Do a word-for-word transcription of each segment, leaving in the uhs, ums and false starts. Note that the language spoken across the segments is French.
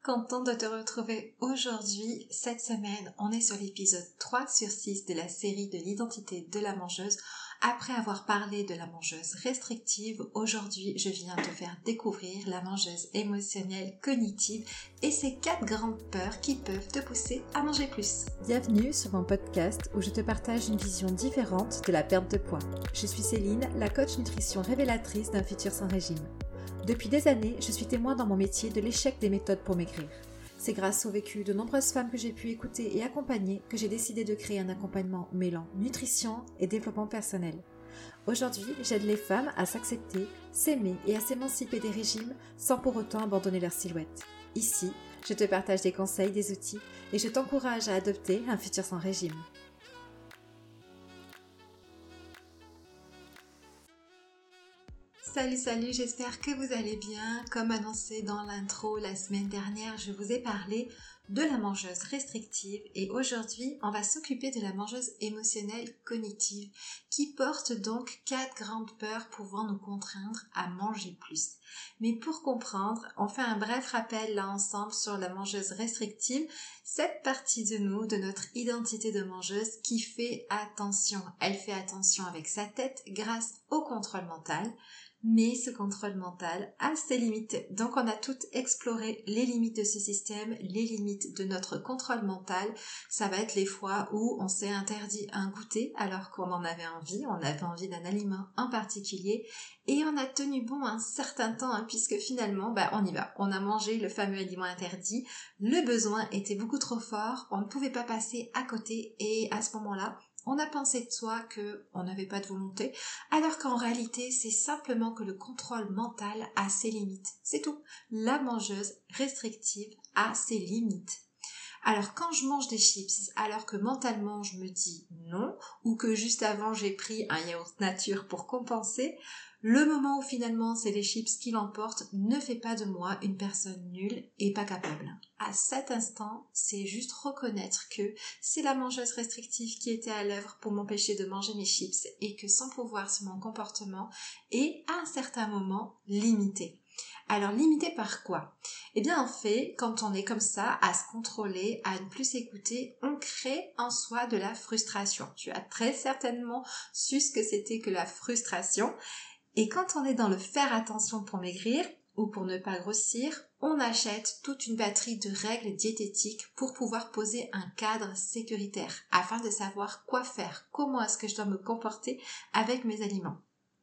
Contente de te retrouver aujourd'hui. Cette semaine, on est sur l'épisode trois sur six de la série de l'identité de la mangeuse. Après avoir parlé de la mangeuse restrictive, aujourd'hui, je viens te faire découvrir la mangeuse émotionnelle cognitive et ses quatre grandes peurs qui peuvent te pousser à manger plus. Bienvenue sur mon podcast où je te partage une vision différente de la perte de poids. Je suis Céline, la coach nutrition révélatrice d'un futur sans régime. Depuis des années, je suis témoin dans mon métier de l'échec des méthodes pour maigrir. C'est grâce au vécu de nombreuses femmes que j'ai pu écouter et accompagner que j'ai décidé de créer un accompagnement mêlant nutrition et développement personnel. Aujourd'hui, j'aide les femmes à s'accepter, s'aimer et à s'émanciper des régimes sans pour autant abandonner leur silhouette. Ici, je te partage des conseils, des outils et je t'encourage à adopter un futur sans régime. Salut, salut, j'espère que vous allez bien. Comme annoncé dans l'intro la semaine dernière, je vous ai parlé de la mangeuse restrictive et aujourd'hui, on va s'occuper de la mangeuse émotionnelle cognitive qui porte donc quatre grandes peurs pouvant nous contraindre à manger plus. Mais pour comprendre, on fait un bref rappel là ensemble sur la mangeuse restrictive, cette partie de nous, de notre identité de mangeuse qui fait attention. Elle fait attention avec sa tête grâce au contrôle mental. Mais ce contrôle mental a ses limites. Donc on a toutes exploré les limites de ce système, les limites de notre contrôle mental. Ça va être les fois où on s'est interdit un goûter alors qu'on en avait envie, on avait envie d'un aliment en particulier et on a tenu bon un certain temps hein, puisque finalement bah, on y va. On a mangé le fameux aliment interdit, le besoin était beaucoup trop fort, on ne pouvait pas passer à côté et à ce moment-là, on a pensé de soi qu'on n'avait pas de volonté, alors qu'en réalité, c'est simplement que le contrôle mental a ses limites. C'est tout. La mangeuse restrictive a ses limites. Alors quand je mange des chips, alors que mentalement je me dis non, ou que juste avant j'ai pris un yaourt nature pour compenser, le moment où finalement c'est les chips qui l'emportent ne fait pas de moi une personne nulle et pas capable. À cet instant, c'est juste reconnaître que c'est la mangeuse restrictive qui était à l'œuvre pour m'empêcher de manger mes chips et que sans pouvoir sur mon comportement et à un certain moment limité. Alors limité par quoi ? Eh bien en fait, quand on est comme ça, à se contrôler, à ne plus s'écouter, on crée en soi de la frustration. Tu as très certainement su ce que c'était que la frustration. Et quand on est dans le faire attention pour maigrir ou pour ne pas grossir, on achète toute une batterie de règles diététiques pour pouvoir poser un cadre sécuritaire afin de savoir quoi faire, comment est-ce que je dois me comporter avec mes aliments.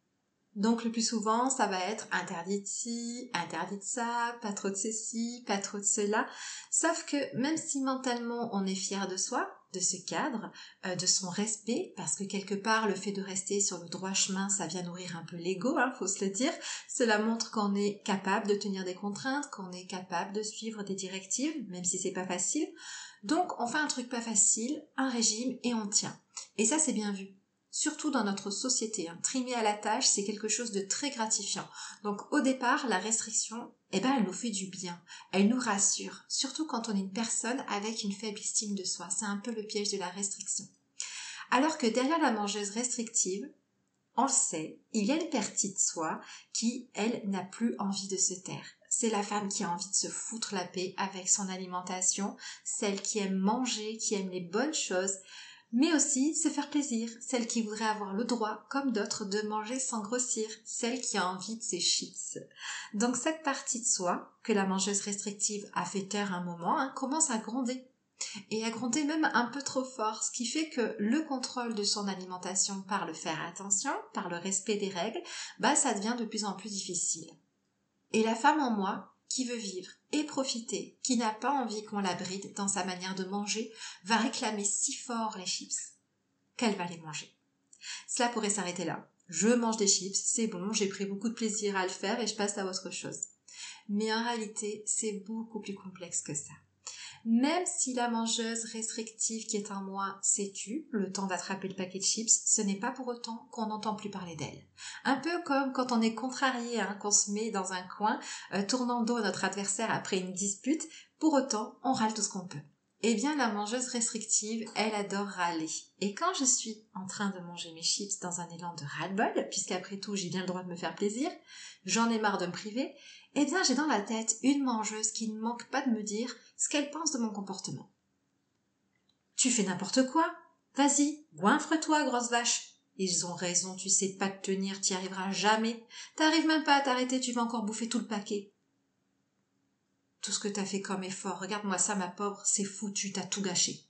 Donc le plus souvent, ça va être interdit de ci, interdit de ça, pas trop de ceci, pas trop de cela. Sauf que même si mentalement on est fier de soi, de ce cadre, euh, de son respect, parce que quelque part le fait de rester sur le droit chemin, ça vient nourrir un peu l'ego, hein, faut se le dire. Cela montre qu'on est capable de tenir des contraintes, qu'on est capable de suivre des directives, même si c'est pas facile. Donc on fait un truc pas facile, un régime et on tient. Et ça c'est bien vu. Surtout dans notre société, hein. Trimer à la tâche, c'est quelque chose de très gratifiant. Donc au départ, la restriction, eh ben, elle nous fait du bien, elle nous rassure, surtout quand on est une personne avec une faible estime de soi. C'est un peu le piège de la restriction. Alors que derrière la mangeuse restrictive, on le sait, il y a une partie de soi qui, elle, n'a plus envie de se taire. C'est la femme qui a envie de se foutre la paix avec son alimentation, celle qui aime manger, qui aime les bonnes choses, mais aussi se faire plaisir, celle qui voudrait avoir le droit, comme d'autres, de manger sans grossir, celle qui a envie de ses chips. Donc cette partie de soi, que la mangeuse restrictive a fait taire un moment, hein, commence à gronder. Et à gronder même un peu trop fort, ce qui fait que le contrôle de son alimentation par le faire attention, par le respect des règles, bah ça devient de plus en plus difficile. Et la femme en moi, qui veut vivre et profiter, qui n'a pas envie qu'on la bride dans sa manière de manger, va réclamer si fort les chips qu'elle va les manger. Cela pourrait s'arrêter là. Je mange des chips, c'est bon, j'ai pris beaucoup de plaisir à le faire et je passe à autre chose. Mais en réalité, c'est beaucoup plus complexe que ça. Même si la mangeuse restrictive qui est en moi s'est tue, le temps d'attraper le paquet de chips, ce n'est pas pour autant qu'on n'entend plus parler d'elle. Un peu comme quand on est contrarié, hein, qu'on se met dans un coin, euh, tournant dos à notre adversaire après une dispute, pour autant, on râle tout ce qu'on peut. Eh bien, la mangeuse restrictive, elle adore râler. Et quand je suis en train de manger mes chips dans un élan de ras-le-bol, puisqu'après tout, j'ai bien le droit de me faire plaisir, j'en ai marre de me priver, Eh bien, j'ai dans la tête une mangeuse qui ne manque pas de me dire ce qu'elle pense de mon comportement. Tu fais n'importe quoi. Vas-y, goinfre-toi, grosse vache. Ils ont raison, tu sais pas te tenir, t'y arriveras jamais. T'arrives même pas à t'arrêter, tu vas encore bouffer tout le paquet. Tout ce que t'as fait comme effort, regarde-moi ça, ma pauvre, c'est foutu, t'as tout gâché.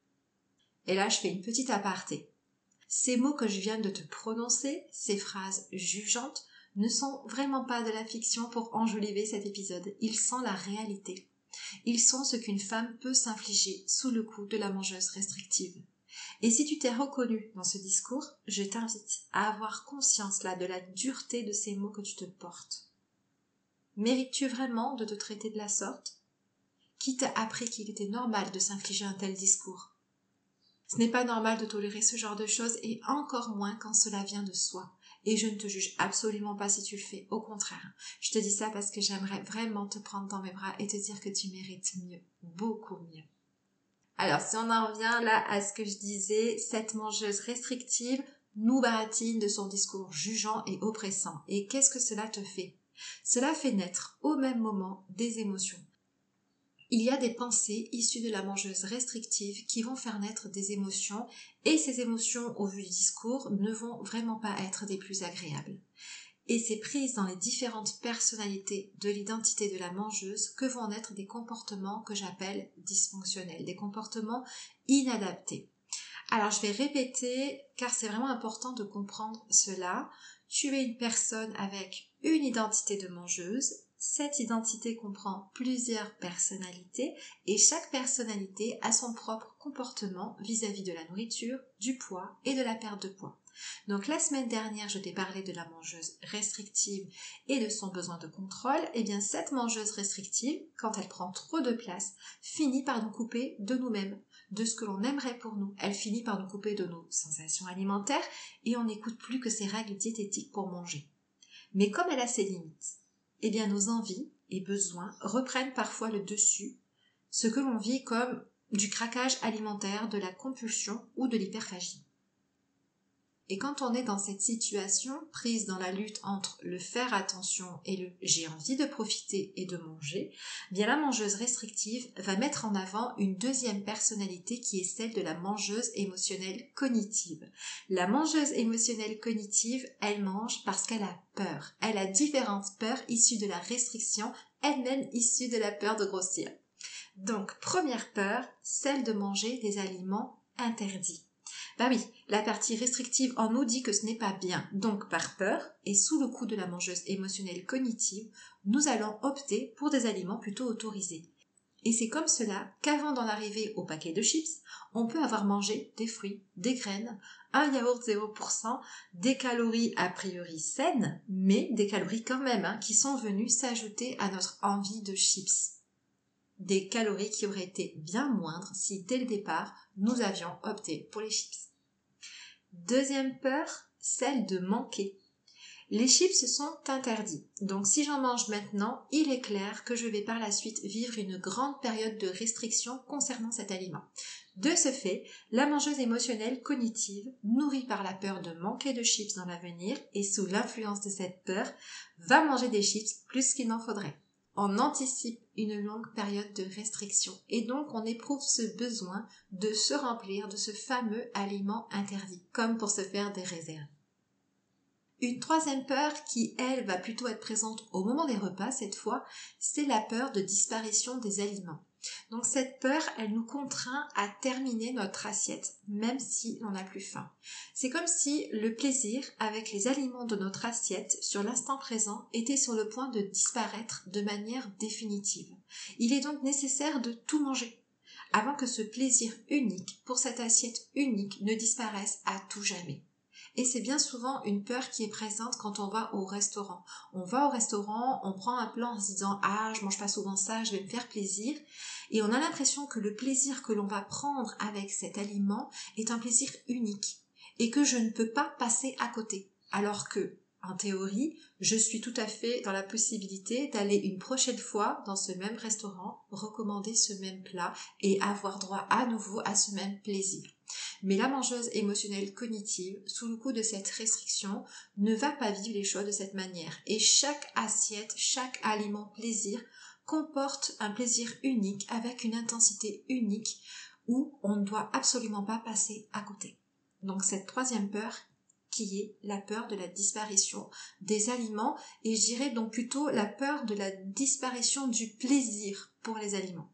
Et là, je fais une petite aparté. Ces mots que je viens de te prononcer, ces phrases jugeantes, ne sont vraiment pas de la fiction pour enjoliver cet épisode. Ils sont la réalité. Ils sont ce qu'une femme peut s'infliger sous le coup de la mangeuse restrictive. Et si tu t'es reconnu dans ce discours, je t'invite à avoir conscience là de la dureté de ces mots que tu te portes. Mérites-tu vraiment de te traiter de la sorte ? Qui t'a appris qu'il était normal de s'infliger un tel discours ? Ce n'est pas normal de tolérer ce genre de choses et encore moins quand cela vient de soi. Et je ne te juge absolument pas si tu le fais, au contraire. Je te dis ça parce que j'aimerais vraiment te prendre dans mes bras et te dire que tu mérites mieux, beaucoup mieux. Alors si on en revient là à ce que je disais, cette mangeuse restrictive nous baratine de son discours jugeant et oppressant. Et qu'est-ce que cela te fait ? Cela fait naître au même moment des émotions. Il y a des pensées issues de la mangeuse restrictive qui vont faire naître des émotions et ces émotions, au vu du discours, ne vont vraiment pas être des plus agréables. Et c'est prise dans les différentes personnalités de l'identité de la mangeuse que vont naître des comportements que j'appelle dysfonctionnels, des comportements inadaptés. Alors je vais répéter car c'est vraiment important de comprendre cela. Tu es une personne avec une identité de mangeuse. Cette identité comprend plusieurs personnalités et chaque personnalité a son propre comportement vis-à-vis de la nourriture, du poids et de la perte de poids. Donc la semaine dernière, je t'ai parlé de la mangeuse restrictive et de son besoin de contrôle. Et bien cette mangeuse restrictive, quand elle prend trop de place, finit par nous couper de nous-mêmes, de ce que l'on aimerait pour nous. Elle finit par nous couper de nos sensations alimentaires et on n'écoute plus que ses règles diététiques pour manger. Mais comme elle a ses limites, eh bien nos envies et besoins reprennent parfois le dessus, ce que l'on vit comme du craquage alimentaire, de la compulsion ou de l'hyperphagie. Et quand on est dans cette situation, prise dans la lutte entre le faire attention et le j'ai envie de profiter et de manger, bien la mangeuse restrictive va mettre en avant une deuxième personnalité qui est celle de la mangeuse émotionnelle cognitive. La mangeuse émotionnelle cognitive, elle mange parce qu'elle a peur. Elle a différentes peurs issues de la restriction, elle-même issue de la peur de grossir. Donc, première peur, celle de manger des aliments interdits. Bah oui, la partie restrictive en nous dit que ce n'est pas bien. Donc par peur et sous le coup de la mangeuse émotionnelle cognitive, nous allons opter pour des aliments plutôt autorisés. Et c'est comme cela qu'avant d'en arriver au paquet de chips, on peut avoir mangé des fruits, des graines, un yaourt zéro pour cent, des calories a priori saines, mais des calories quand même hein, qui sont venues s'ajouter à notre envie de chips. Des calories qui auraient été bien moindres si dès le départ, nous avions opté pour les chips. Deuxième peur, celle de manquer. Les chips sont interdits, donc si j'en mange maintenant, il est clair que je vais par la suite vivre une grande période de restriction concernant cet aliment. De ce fait, la mangeuse émotionnelle cognitive, nourrie par la peur de manquer de chips dans l'avenir et sous l'influence de cette peur, va manger des chips plus qu'il n'en faudrait. On anticipe une longue période de restriction et donc on éprouve ce besoin de se remplir de ce fameux aliment interdit, comme pour se faire des réserves. Une troisième peur qui, elle, va plutôt être présente au moment des repas cette fois, c'est la peur de disparition des aliments. Donc cette peur, elle nous contraint à terminer notre assiette, même si on n'a plus faim. C'est comme si le plaisir avec les aliments de notre assiette sur l'instant présent était sur le point de disparaître de manière définitive. Il est donc nécessaire de tout manger, avant que ce plaisir unique pour cette assiette unique ne disparaisse à tout jamais. Et c'est bien souvent une peur qui est présente quand on va au restaurant. On va au restaurant, on prend un plat en se disant « Ah, je mange pas souvent ça, je vais me faire plaisir ». Et on a l'impression que le plaisir que l'on va prendre avec cet aliment est un plaisir unique et que je ne peux pas passer à côté. Alors que, En théorie, je suis tout à fait dans la possibilité d'aller une prochaine fois dans ce même restaurant, recommander ce même plat et avoir droit à nouveau à ce même plaisir. Mais la mangeuse émotionnelle cognitive, sous le coup de cette restriction, ne va pas vivre les choses de cette manière. Et chaque assiette, chaque aliment plaisir comporte un plaisir unique avec une intensité unique où on ne doit absolument pas passer à côté. Donc cette troisième peur qui est la peur de la disparition des aliments et je dirais donc plutôt la peur de la disparition du plaisir pour les aliments.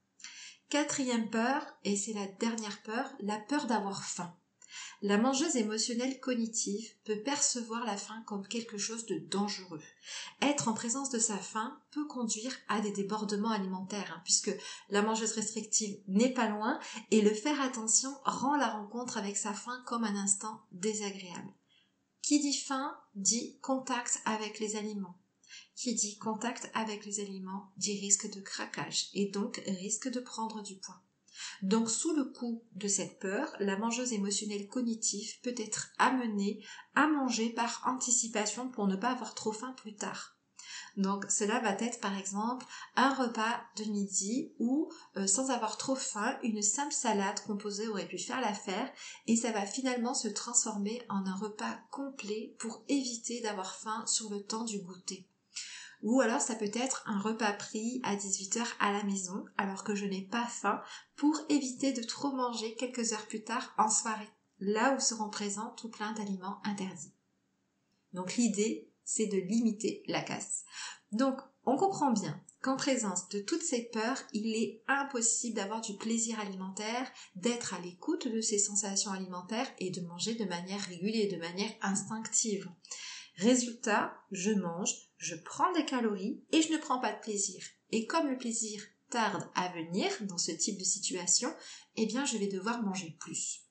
Quatrième peur, et c'est la dernière peur, la peur d'avoir faim. La mangeuse émotionnelle cognitive peut percevoir la faim comme quelque chose de dangereux. Être en présence de sa faim peut conduire à des débordements alimentaires, hein, puisque la mangeuse restrictive n'est pas loin et le faire attention rend la rencontre avec sa faim comme un instant désagréable. Qui dit faim dit contact avec les aliments. Qui dit contact avec les aliments dit risque de craquage et donc risque de prendre du poids. Donc sous le coup de cette peur, la mangeuse émotionnelle cognitive peut être amenée à manger par anticipation pour ne pas avoir trop faim plus tard. Donc cela va être par exemple un repas de midi où euh, sans avoir trop faim, une simple salade composée aurait pu faire l'affaire et ça va finalement se transformer en un repas complet pour éviter d'avoir faim sur le temps du goûter. Ou alors ça peut être un repas pris à dix-huit heures à la maison alors que je n'ai pas faim pour éviter de trop manger quelques heures plus tard en soirée, là où seront présents tout plein d'aliments interdits. Donc l'idée, c'est de limiter la casse. Donc on comprend bien qu'en présence de toutes ces peurs, il est impossible d'avoir du plaisir alimentaire, d'être à l'écoute de ses sensations alimentaires et de manger de manière régulière, de manière instinctive. Résultat, je mange, je prends des calories et je ne prends pas de plaisir. Et comme le plaisir tarde à venir dans ce type de situation, eh bien je vais devoir manger plus.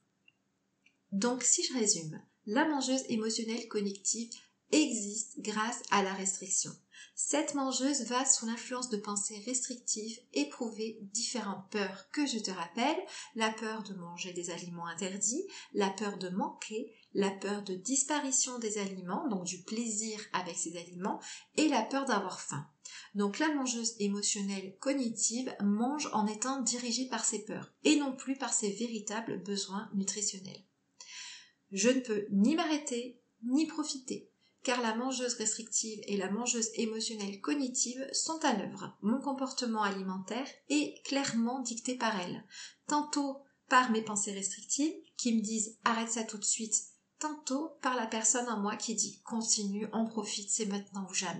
Donc si je résume, la mangeuse émotionnelle cognitive existe grâce à la restriction. Cette mangeuse va sous l'influence de pensées restrictives éprouver différentes peurs que je te rappelle, la peur de manger des aliments interdits, la peur de manquer, la peur de disparition des aliments, donc du plaisir avec ces aliments, et la peur d'avoir faim. Donc la mangeuse émotionnelle cognitive mange en étant dirigée par ses peurs et non plus par ses véritables besoins nutritionnels. Je ne peux ni m'arrêter, ni profiter. Car la mangeuse restrictive et la mangeuse émotionnelle cognitive sont à l'œuvre. Mon comportement alimentaire est clairement dicté par elles. Tantôt par mes pensées restrictives qui me disent « arrête ça tout de suite », tantôt par la personne en moi qui dit « continue, on profite, c'est maintenant ou jamais ».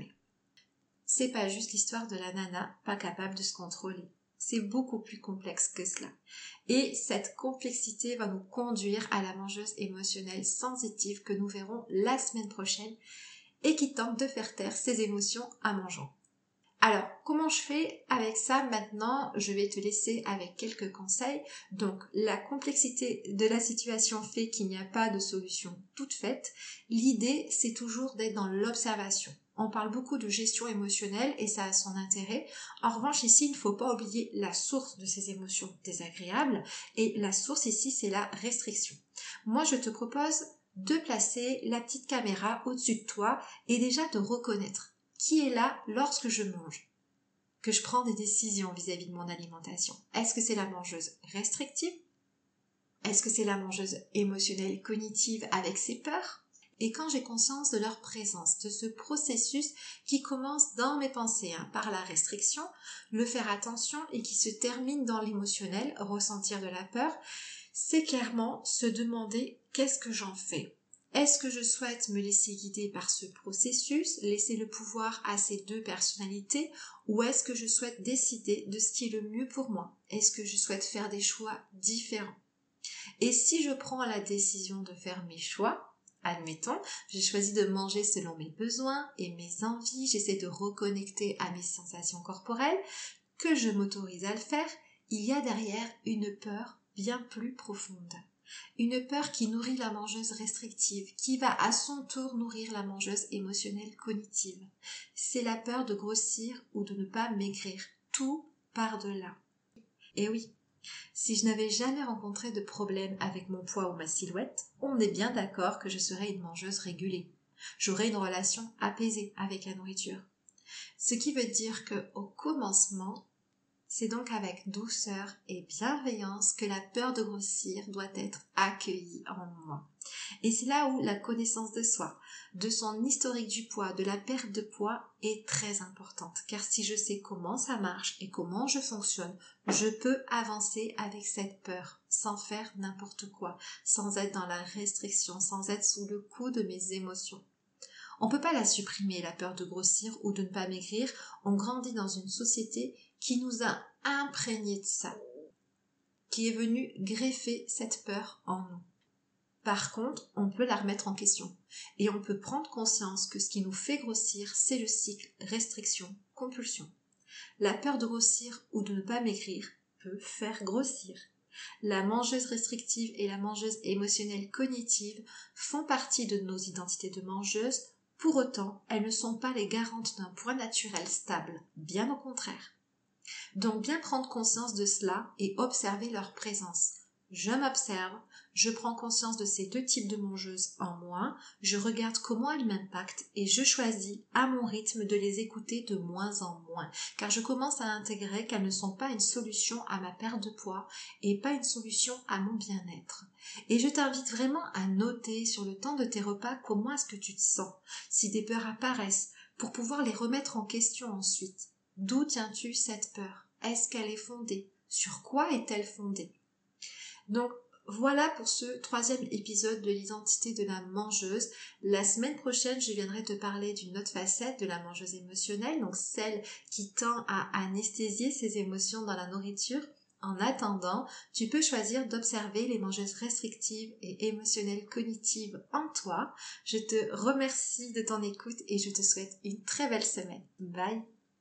C'est pas juste l'histoire de la nana pas capable de se contrôler. C'est beaucoup plus complexe que cela. Et cette complexité va nous conduire à la mangeuse émotionnelle sensitive que nous verrons la semaine prochaine et qui tente de faire taire ses émotions en mangeant. Alors, comment je fais avec ça maintenant? Je vais te laisser avec quelques conseils. Donc, la complexité de la situation fait qu'il n'y a pas de solution toute faite. L'idée, c'est toujours d'être dans l'observation. On parle beaucoup de gestion émotionnelle et ça a son intérêt. En revanche, ici, il ne faut pas oublier la source de ces émotions désagréables. Et la source ici, c'est la restriction. Moi, je te propose de placer la petite caméra au-dessus de toi et déjà de reconnaître qui est là lorsque je mange, que je prends des décisions vis-à-vis de mon alimentation. Est-ce que c'est la mangeuse restrictive? Est-ce que c'est la mangeuse émotionnelle cognitive avec ses peurs? Et quand j'ai conscience de leur présence, de ce processus qui commence dans mes pensées, hein, par la restriction, le faire attention et qui se termine dans l'émotionnel, ressentir de la peur, c'est clairement se demander qu'est-ce que j'en fais. Est-ce que je souhaite me laisser guider par ce processus, laisser le pouvoir à ces deux personnalités, ou est-ce que je souhaite décider de ce qui est le mieux pour moi? Est-ce que je souhaite faire des choix différents? Et si je prends la décision de faire mes choix, admettons, j'ai choisi de manger selon mes besoins et mes envies, j'essaie de reconnecter à mes sensations corporelles, que je m'autorise à le faire, il y a derrière une peur bien plus profonde. Une peur qui nourrit la mangeuse restrictive, qui va à son tour nourrir la mangeuse émotionnelle cognitive. C'est la peur de grossir ou de ne pas maigrir. Tout part de là. Et oui, si je n'avais jamais rencontré de problème avec mon poids ou ma silhouette, on est bien d'accord que je serais une mangeuse régulée. J'aurai une relation apaisée avec la nourriture. Ce qui veut dire qu'au commencement, c'est donc avec douceur et bienveillance que la peur de grossir doit être accueillie en moi. Et c'est là où la connaissance de soi, de son historique du poids, de la perte de poids est très importante. Car si je sais comment ça marche et comment je fonctionne, je peux avancer avec cette peur, sans faire n'importe quoi, sans être dans la restriction, sans être sous le coup de mes émotions. On ne peut pas la supprimer, la peur de grossir ou de ne pas maigrir. On grandit dans une société qui nous a imprégnés de ça, qui est venue greffer cette peur en nous. Par contre, on peut la remettre en question et on peut prendre conscience que ce qui nous fait grossir, c'est le cycle restriction-compulsion. La peur de grossir ou de ne pas maigrir peut faire grossir. La mangeuse restrictive et la mangeuse émotionnelle cognitive font partie de nos identités de mangeuse. Pour autant, elles ne sont pas les garantes d'un poids naturel stable, bien au contraire. Donc bien prendre conscience de cela et observer leur présence. Je m'observe, je prends conscience de ces deux types de mangeuses en moi, je regarde comment elles m'impactent et je choisis à mon rythme de les écouter de moins en moins, car je commence à intégrer qu'elles ne sont pas une solution à ma perte de poids et pas une solution à mon bien-être. Et je t'invite vraiment à noter sur le temps de tes repas comment est-ce que tu te sens, si des peurs apparaissent, pour pouvoir les remettre en question ensuite. D'où tiens-tu cette peur? Est-ce qu'elle est fondée? Sur quoi est-elle fondée? Donc voilà pour ce troisième épisode de l'identité de la mangeuse. La semaine prochaine, je viendrai te parler d'une autre facette de la mangeuse émotionnelle, donc celle qui tend à anesthésier ses émotions dans la nourriture. En attendant, tu peux choisir d'observer les mangeuses restrictives et émotionnelles cognitives en toi. Je te remercie de ton écoute et je te souhaite une très belle semaine. Bye!